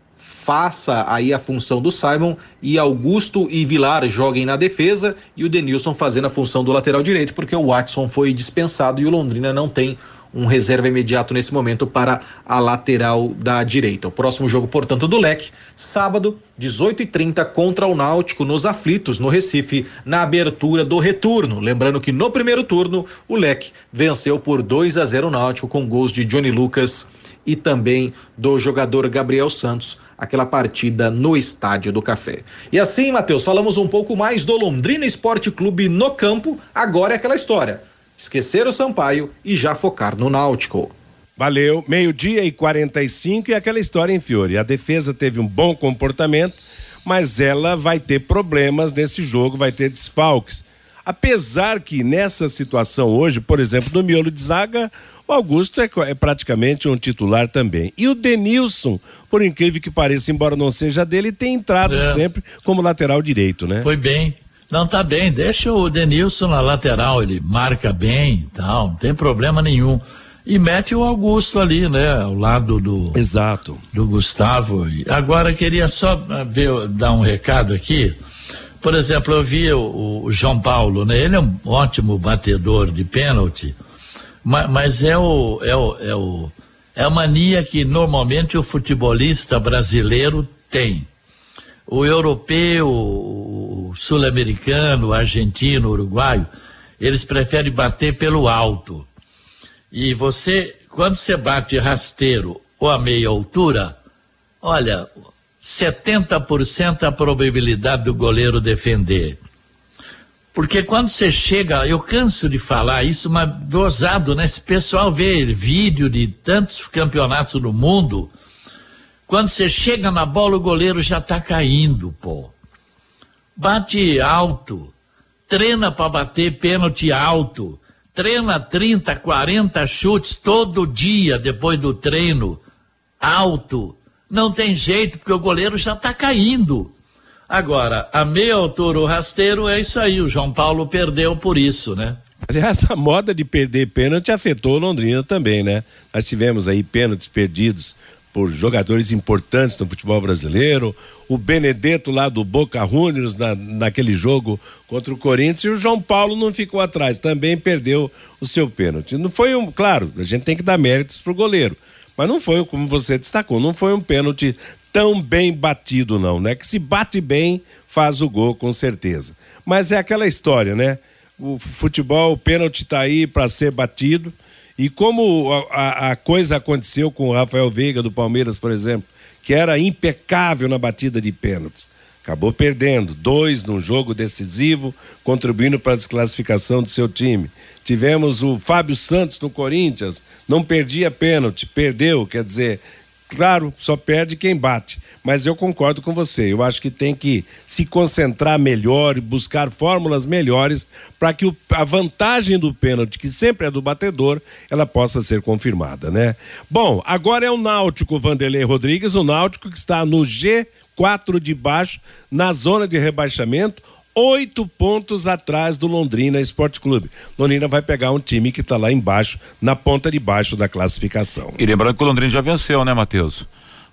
faça aí a função do Simon e Augusto e Vilar joguem na defesa e o Denilson fazendo a função do lateral direito, porque o Watson foi dispensado e o Londrina não tem um reserva imediato nesse momento para a lateral da direita. O próximo jogo, portanto, do Leque, sábado, dezoito e trinta, contra o Náutico nos Aflitos, no Recife, na abertura do retorno. Lembrando que no primeiro turno, o Leque venceu por dois a zero o Náutico, com gols de Johnny Lucas e também do jogador Gabriel Santos, aquela partida no Estádio do Café. E assim, Matheus, falamos um pouco mais do Londrina Esporte Clube no campo. Agora é aquela história: esquecer o Sampaio e já focar no Náutico. Valeu, meio-dia e quarenta e cinco, e aquela história em Fiore. A defesa teve um bom comportamento, mas ela vai ter problemas nesse jogo, vai ter desfalques. Apesar que nessa situação hoje, por exemplo, no miolo de zaga, o Augusto é, é praticamente um titular também. E o Denilson, por incrível que pareça, embora não seja dele, tem entrado é. sempre como lateral direito, né? Foi bem. Não, tá bem, deixa o Denilson na lateral, ele marca bem e tal, não tem problema nenhum. E mete o Augusto ali, né, ao lado do... Exato. Do Gustavo. Agora, queria só ver, dar um recado aqui. Por exemplo, eu vi o, o João Paulo, né, ele é um ótimo batedor de pênalti, mas, mas é o... É o, é o é a mania que normalmente o futebolista brasileiro tem. O europeu, o sul-americano, o argentino, o uruguaio, eles preferem bater pelo alto. E você, quando você bate rasteiro ou a meia altura, olha, setenta por cento a probabilidade do goleiro defender. Porque quando você chega, eu canso de falar isso, mas dosado, né? Esse pessoal vê vídeo de tantos campeonatos no mundo. Quando você chega na bola, o goleiro já está caindo, pô. Bate alto, treina para bater pênalti alto, treina trinta, quarenta chutes todo dia depois do treino, alto. Não tem jeito, porque o goleiro já está caindo. Agora, a meia altura, o rasteiro, é isso aí, o João Paulo perdeu por isso, né? Aliás, a moda de perder pênalti afetou o Londrina também, né? Nós tivemos aí pênaltis perdidos por jogadores importantes no futebol brasileiro, o Benedetto lá do Boca Juniors na, naquele jogo contra o Corinthians, e o João Paulo não ficou atrás, também perdeu o seu pênalti. Não foi um, claro, a gente tem que dar méritos pro goleiro, mas não foi, como você destacou, não foi um pênalti tão bem batido não, né? Que se bate bem, faz o gol com certeza. Mas é aquela história, né? O futebol, o pênalti tá aí para ser batido. E como a, a coisa aconteceu com o Rafael Veiga do Palmeiras, por exemplo, que era impecável na batida de pênaltis, acabou perdendo dois num jogo decisivo, contribuindo para a desclassificação do seu time. Tivemos o Fábio Santos no Corinthians, não perdia pênalti, perdeu, quer dizer, claro, só perde quem bate, mas eu concordo com você, eu acho que tem que se concentrar melhor e buscar fórmulas melhores para que o, a vantagem do pênalti, que sempre é do batedor, ela possa ser confirmada, né? Bom, agora é o Náutico, Vanderlei Rodrigues, o Náutico que está no G quatro de baixo, na zona de rebaixamento, oito pontos atrás do Londrina Esporte Clube. Londrina vai pegar um time que está lá embaixo, na ponta de baixo da classificação. E lembrando que o Londrina já venceu, né, Matheus?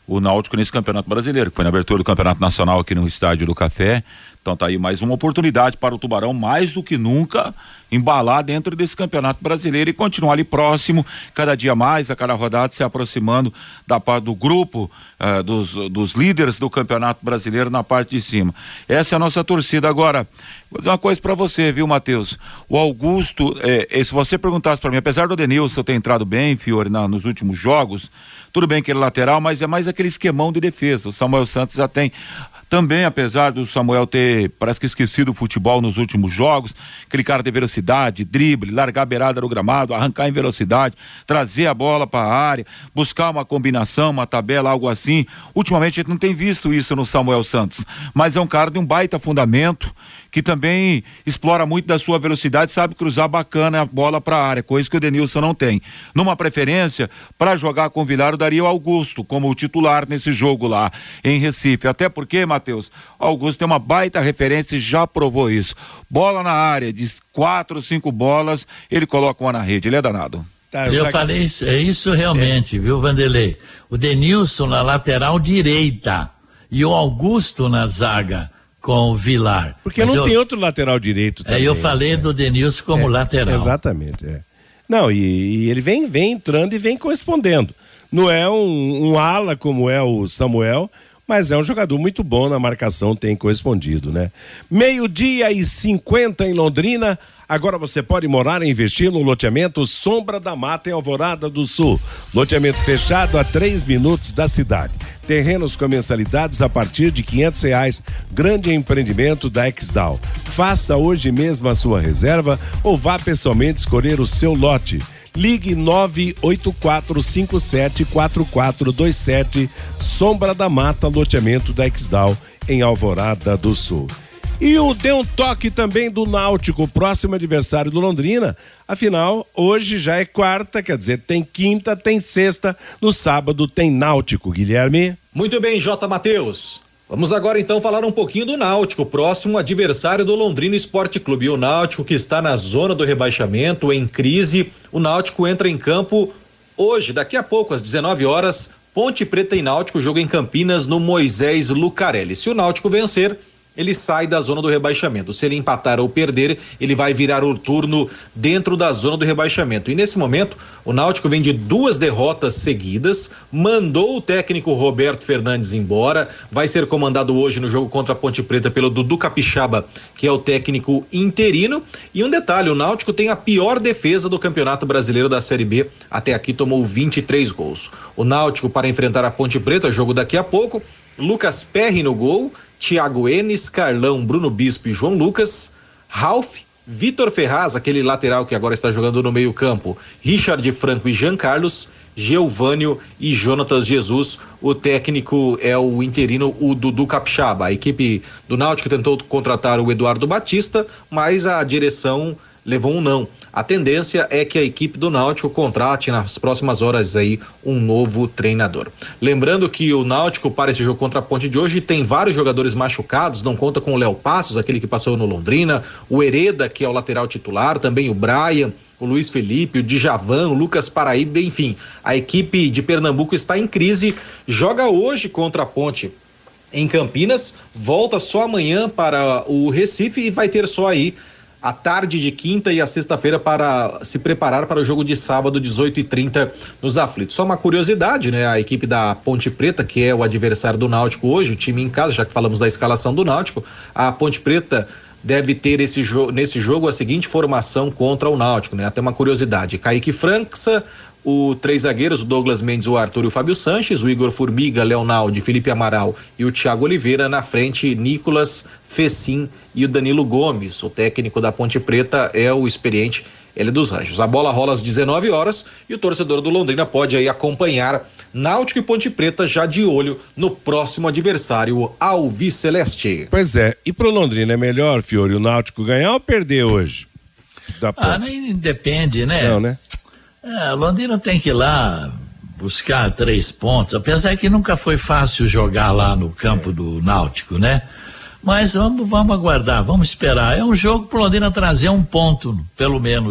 o Náutico nesse Campeonato Brasileiro, que foi na abertura do Campeonato Nacional aqui no Estádio do Café. Então tá aí mais uma oportunidade para o Tubarão, mais do que nunca, embalar dentro desse Campeonato Brasileiro e continuar ali próximo, cada dia mais, a cada rodada, se aproximando da parte do grupo, uh, dos, dos líderes do Campeonato Brasileiro na parte de cima. Essa é a nossa torcida. Agora, vou dizer uma coisa para você, viu, Matheus? O Augusto, eh, se você perguntasse para mim, apesar do Denilson ter entrado bem, Fiore, na, nos últimos jogos, tudo bem que ele é lateral, mas é mais aquele esquemão de defesa. O Samuel Santos já tem... Também, apesar do Samuel ter, parece que esquecido o futebol nos últimos jogos, aquele cara de velocidade, drible, largar a beirada do gramado, arrancar em velocidade, trazer a bola para a área, buscar uma combinação, uma tabela, algo assim. Ultimamente a gente não tem visto isso no Samuel Santos, mas é um cara de um baita fundamento, que também explora muito da sua velocidade, sabe cruzar bacana a bola para a área, coisa que o Denilson não tem. Numa preferência, para jogar com o Vilar, eu daria o Augusto como titular nesse jogo lá em Recife, até porque, Matheus, o Augusto tem uma baita referência e já provou isso. Bola na área, de quatro, cinco bolas, ele coloca uma na rede, ele é danado. Tá, eu eu falei isso, é isso realmente, é. viu, Vanderlei? O Denilson na lateral direita e o Augusto na zaga com o Vilar. Porque Mas não eu, tem outro lateral direito também. É, eu falei é. do Denilson como é, lateral. Exatamente, é. Não, e, e ele vem, vem entrando e vem correspondendo. Não é um, um ala como é o Samuel, mas é um jogador muito bom na marcação, tem correspondido, né? Meio-dia e cinquenta em Londrina. Agora você pode morar e investir no loteamento Sombra da Mata em Alvorada do Sul. Loteamento fechado a três minutos da cidade. Terrenos com mensalidades a partir de quinhentos reais. Grande empreendimento da Exdal. Faça hoje mesmo a sua reserva ou vá pessoalmente escolher o seu lote. Ligue nove oito quatro cinco sete quatro quatro dois sete. Sombra da Mata, loteamento da Exdal em Alvorada do Sul. E o deu um toque também do Náutico, próximo adversário do Londrina. Afinal, hoje já é quarta, quer dizer, tem quinta, tem sexta, no sábado tem Náutico, Guilherme. Muito bem, J. Matheus. Vamos agora então falar um pouquinho do Náutico, próximo adversário do Londrina Esporte Clube. E o Náutico, que está na zona do rebaixamento, em crise, o Náutico entra em campo hoje, daqui a pouco, às dezenove horas, Ponte Preta e Náutico, jogo em Campinas, no Moisés Lucarelli. Se o Náutico vencer, ele sai da zona do rebaixamento. Se ele empatar ou perder, ele vai virar o turno dentro da zona do rebaixamento. E nesse momento, o Náutico vem de duas derrotas seguidas, mandou o técnico Roberto Fernandes embora, vai ser comandado hoje no jogo contra a Ponte Preta pelo Dudu Capixaba, que é o técnico interino. E um detalhe, o Náutico tem a pior defesa do Campeonato Brasileiro da Série B, até aqui tomou vinte e três gols. O Náutico, para enfrentar a Ponte Preta, jogo daqui a pouco, Lucas Perry no gol, Thiago Enes, Carlão, Bruno Bispo e João Lucas, Ralf, Vitor Ferraz, aquele lateral que agora está jogando no meio campo, Richard Franco e Jean Carlos, Geovânio e Jonatas Jesus. O técnico é o interino, o Dudu Capixaba. A equipe do Náutico tentou contratar o Eduardo Batista, mas a direção levou um não. A tendência é que a equipe do Náutico contrate nas próximas horas aí um novo treinador. Lembrando que o Náutico, para esse jogo contra a Ponte de hoje, tem vários jogadores machucados, não conta com o Léo Passos, aquele que passou no Londrina, o Hereda, que é o lateral titular, também o Brian, o Luiz Felipe, o Djavan, o Lucas Paraíba, enfim, a equipe de Pernambuco está em crise, joga hoje contra a Ponte em Campinas, volta só amanhã para o Recife e vai ter só aí a tarde de quinta e a sexta-feira para se preparar para o jogo de sábado, dezoito e trinta, nos aflitos. Só uma curiosidade, né? A equipe da Ponte Preta, que é o adversário do Náutico hoje, o time em casa, já que falamos da escalação do Náutico, a Ponte Preta deve ter esse jo- nesse jogo a seguinte formação contra o Náutico, né? Até uma curiosidade: Kaique França, o três zagueiros, o Douglas Mendes, o Arthur e o Fábio Sanches, o Igor Formiga, Leonaldo, Felipe Amaral e o Thiago Oliveira. Na frente, Nicolas, Fecim e o Danilo Gomes. O técnico da Ponte Preta é o experiente Hélio dos Anjos. A bola rola às dezenove horas e o torcedor do Londrina pode aí acompanhar Náutico e Ponte Preta, já de olho no próximo adversário, Alviceleste. Pois é, e pro Londrina é melhor, Fiore, o Náutico ganhar ou perder hoje? Da ah, nem depende, né? Não, né? É, Londrina tem que ir lá buscar três pontos, apesar que nunca foi fácil jogar lá no campo é. do Náutico, né? Mas vamos, vamos aguardar, vamos esperar. É um jogo pro Londrina trazer um ponto, pelo menos, né?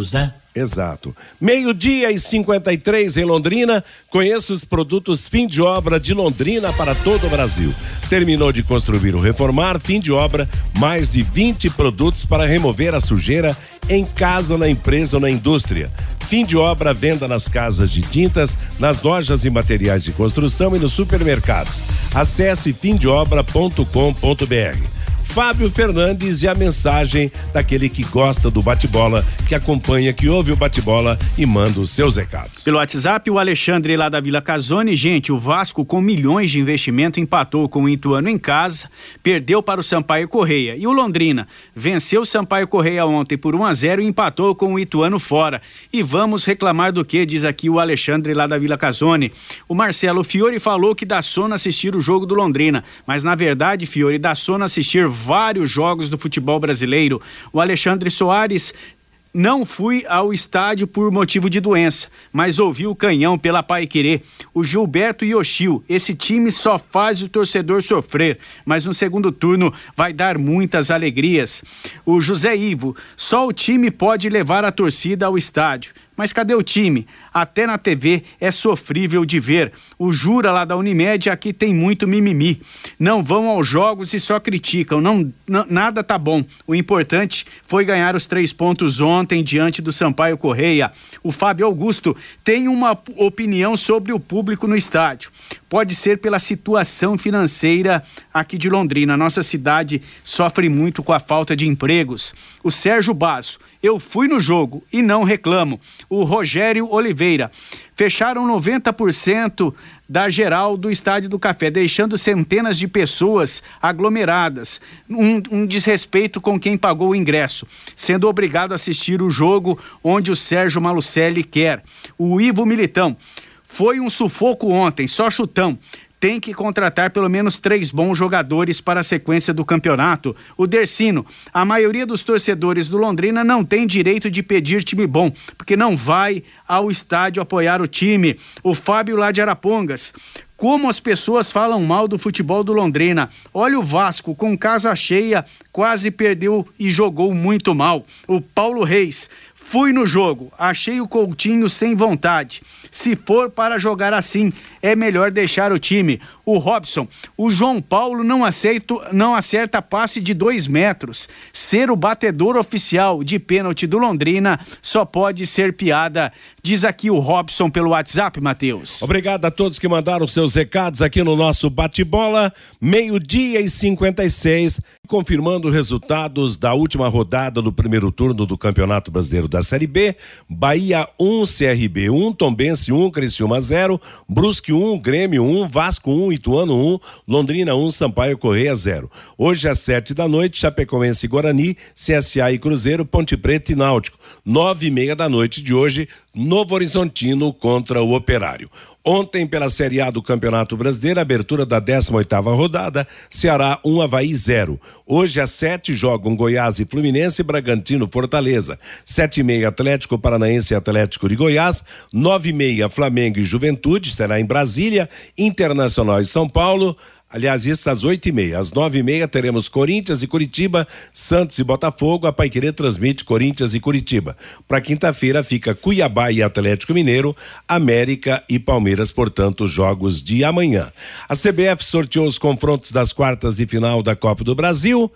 Exato. Meio-dia e cinquenta e três em Londrina. Conheça os produtos fim de obra de Londrina para todo o Brasil. Terminou de construir ou reformar, fim de obra, mais de vinte produtos para remover a sujeira em casa, na empresa ou na indústria. Fim de obra, venda nas casas de tintas, nas lojas e materiais de construção e nos supermercados. Acesse fim de obra ponto com ponto br. Fábio Fernandes e a mensagem daquele que gosta do bate-bola, que acompanha, que ouve o bate-bola e manda os seus recados. Pelo WhatsApp, o Alexandre lá da Vila Casone. Gente, o Vasco com milhões de investimento empatou com o Ituano em casa, perdeu para o Sampaio Correia. E o Londrina venceu o Sampaio Correia ontem por um a zero e empatou com o Ituano fora. E vamos reclamar do que, diz aqui o Alexandre lá da Vila Casone. O Marcelo Fiore falou que dá sono assistir o jogo do Londrina, mas na verdade, Fiore, dá sono assistir vários jogos do futebol brasileiro. O Alexandre Soares: não fui ao estádio por motivo de doença, mas ouvi o canhão pela Paiquerê. O Gilberto Yoshio: esse time só faz o torcedor sofrer, mas no segundo turno vai dar muitas alegrias. O José Ivo: só o time pode levar a torcida ao estádio. Mas cadê o time? Até na T V é sofrível de ver. O Jura lá da Unimed: aqui tem muito mimimi. Não vão aos jogos e só criticam. Não, não, nada tá bom. O importante foi ganhar os três pontos ontem diante do Sampaio Correia. O Fábio Augusto tem uma opinião sobre o público no estádio. Pode ser pela situação financeira aqui de Londrina. Nossa cidade sofre muito com a falta de empregos. O Sérgio Basso: eu fui no jogo e não reclamo. O Rogério Oliveira: fecharam noventa por cento da geral do Estádio do Café, deixando centenas de pessoas aglomeradas. Um, um desrespeito com quem pagou o ingresso, sendo obrigado a assistir o jogo onde o Sérgio Malucelli quer. O Ivo Militão: foi um sufoco ontem, só chutão. Tem que contratar pelo menos três bons jogadores para a sequência do campeonato. O Dercino: a maioria dos torcedores do Londrina não tem direito de pedir time bom, porque não vai ao estádio apoiar o time. O Fábio lá de Arapongas: como as pessoas falam mal do futebol do Londrina. Olha o Vasco, com casa cheia, quase perdeu e jogou muito mal. O Paulo Reis: fui no jogo, achei o Coutinho sem vontade. Se for para jogar assim, é melhor deixar o time. O Robson: o João Paulo não acerta, não acerta passe de dois metros. Ser o batedor oficial de pênalti do Londrina só pode ser piada. Diz aqui o Robson pelo WhatsApp, Matheus. Obrigado a todos que mandaram seus recados aqui no nosso bate-bola. Meio-dia e cinquenta e seis, confirmando resultados da última rodada do primeiro turno do Campeonato Brasileiro da Série B. Bahia um, C R B um, Tombense um, Criciúma zero, Brusque um, Grêmio um, Vasco um, Ituano um, Londrina um, Sampaio Correia zero. Hoje às sete da noite, Chapecoense e Guarani, C S A e Cruzeiro, Ponte Preta e Náutico. Nove e meia da noite de hoje, Novo Horizontino contra o Operário. Ontem, pela Série A do Campeonato Brasileiro, abertura da décima oitava rodada, Ceará um, Avaí zero. Hoje às sete jogam Goiás e Fluminense, Bragantino, Fortaleza. Sete e meia, Atlético Paranaense e Atlético de Goiás. Nove e meia, Flamengo e Juventude, será em Brasília. Internacional e São Paulo. Aliás, isso às oito e meia. Às nove e meia teremos Corinthians e Curitiba, Santos e Botafogo. A Paiquerê transmite Corinthians e Curitiba. Para quinta-feira fica Cuiabá e Atlético Mineiro, América e Palmeiras, portanto, os jogos de amanhã. A C B F sorteou os confrontos das quartas de final da Copa do Brasil.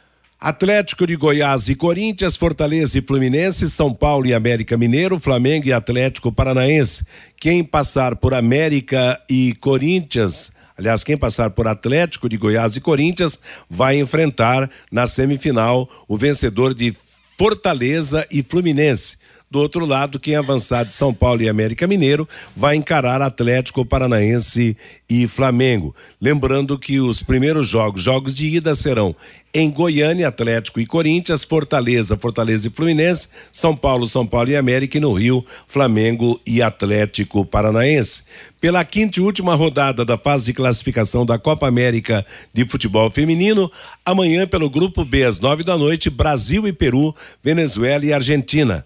Atlético de Goiás e Corinthians, Fortaleza e Fluminense, São Paulo e América Mineiro, Flamengo e Atlético Paranaense. Quem passar por América e Corinthians... Aliás, quem passar por Atlético de Goiás e Corinthians vai enfrentar na semifinal o vencedor de Fortaleza e Fluminense. Do outro lado, quem avançar de São Paulo e América Mineiro vai encarar Atlético Paranaense e Flamengo. Lembrando que os primeiros jogos, jogos de ida serão em Goiânia, Atlético e Corinthians, Fortaleza, Fortaleza e Fluminense, São Paulo, São Paulo e América, e no Rio, Flamengo e Atlético Paranaense. Pela quinta e última rodada da fase de classificação da Copa América de Futebol Feminino, amanhã pelo Grupo B, às nove da noite, Brasil e Peru, Venezuela e Argentina. O Brasil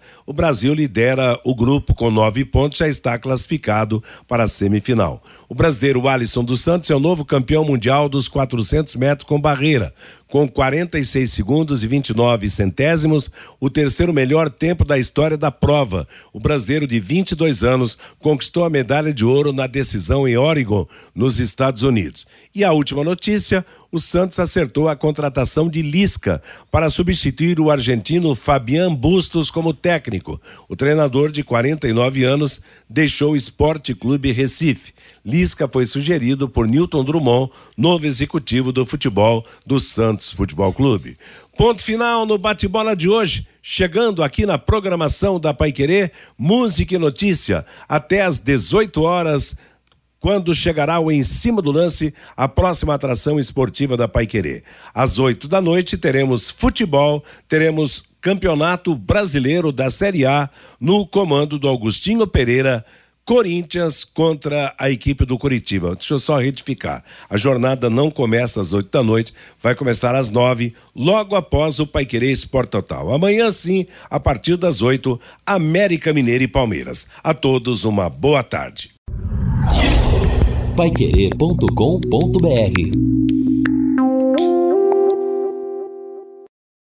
Brasil lidera o grupo com nove pontos, já está classificado para a semifinal. O brasileiro Alisson dos Santos é o novo campeão mundial dos quatrocentos metros com barreira, com quarenta e seis segundos e vinte e nove centésimos, o terceiro melhor tempo da história da prova. O brasileiro de vinte e dois anos conquistou a medalha de ouro na decisão em Oregon, nos Estados Unidos. E a última notícia, o Santos acertou a contratação de Lisca para substituir o argentino Fabián Bustos como técnico. O treinador de quarenta e nove anos deixou o Esporte Clube Recife. Lisca foi sugerido por Newton Drummond, novo executivo do futebol do Santos Futebol Clube. Ponto final no bate-bola de hoje. Chegando aqui na programação da Paiquerê, música e notícia até às dezoito horas, quando chegará o Em Cima do Lance, a próxima atração esportiva da Paiquerê. Às oito da noite teremos futebol, teremos Campeonato Brasileiro da Série A no comando do Augustinho Pereira, Corinthians contra a equipe do Curitiba. Deixa eu só retificar. A jornada não começa às oito da noite, vai começar às nove, logo após o Paiquerê Sport Total. Amanhã sim, a partir das oito, América Mineiro e Palmeiras. A todos uma boa tarde. paiquerê ponto com ponto br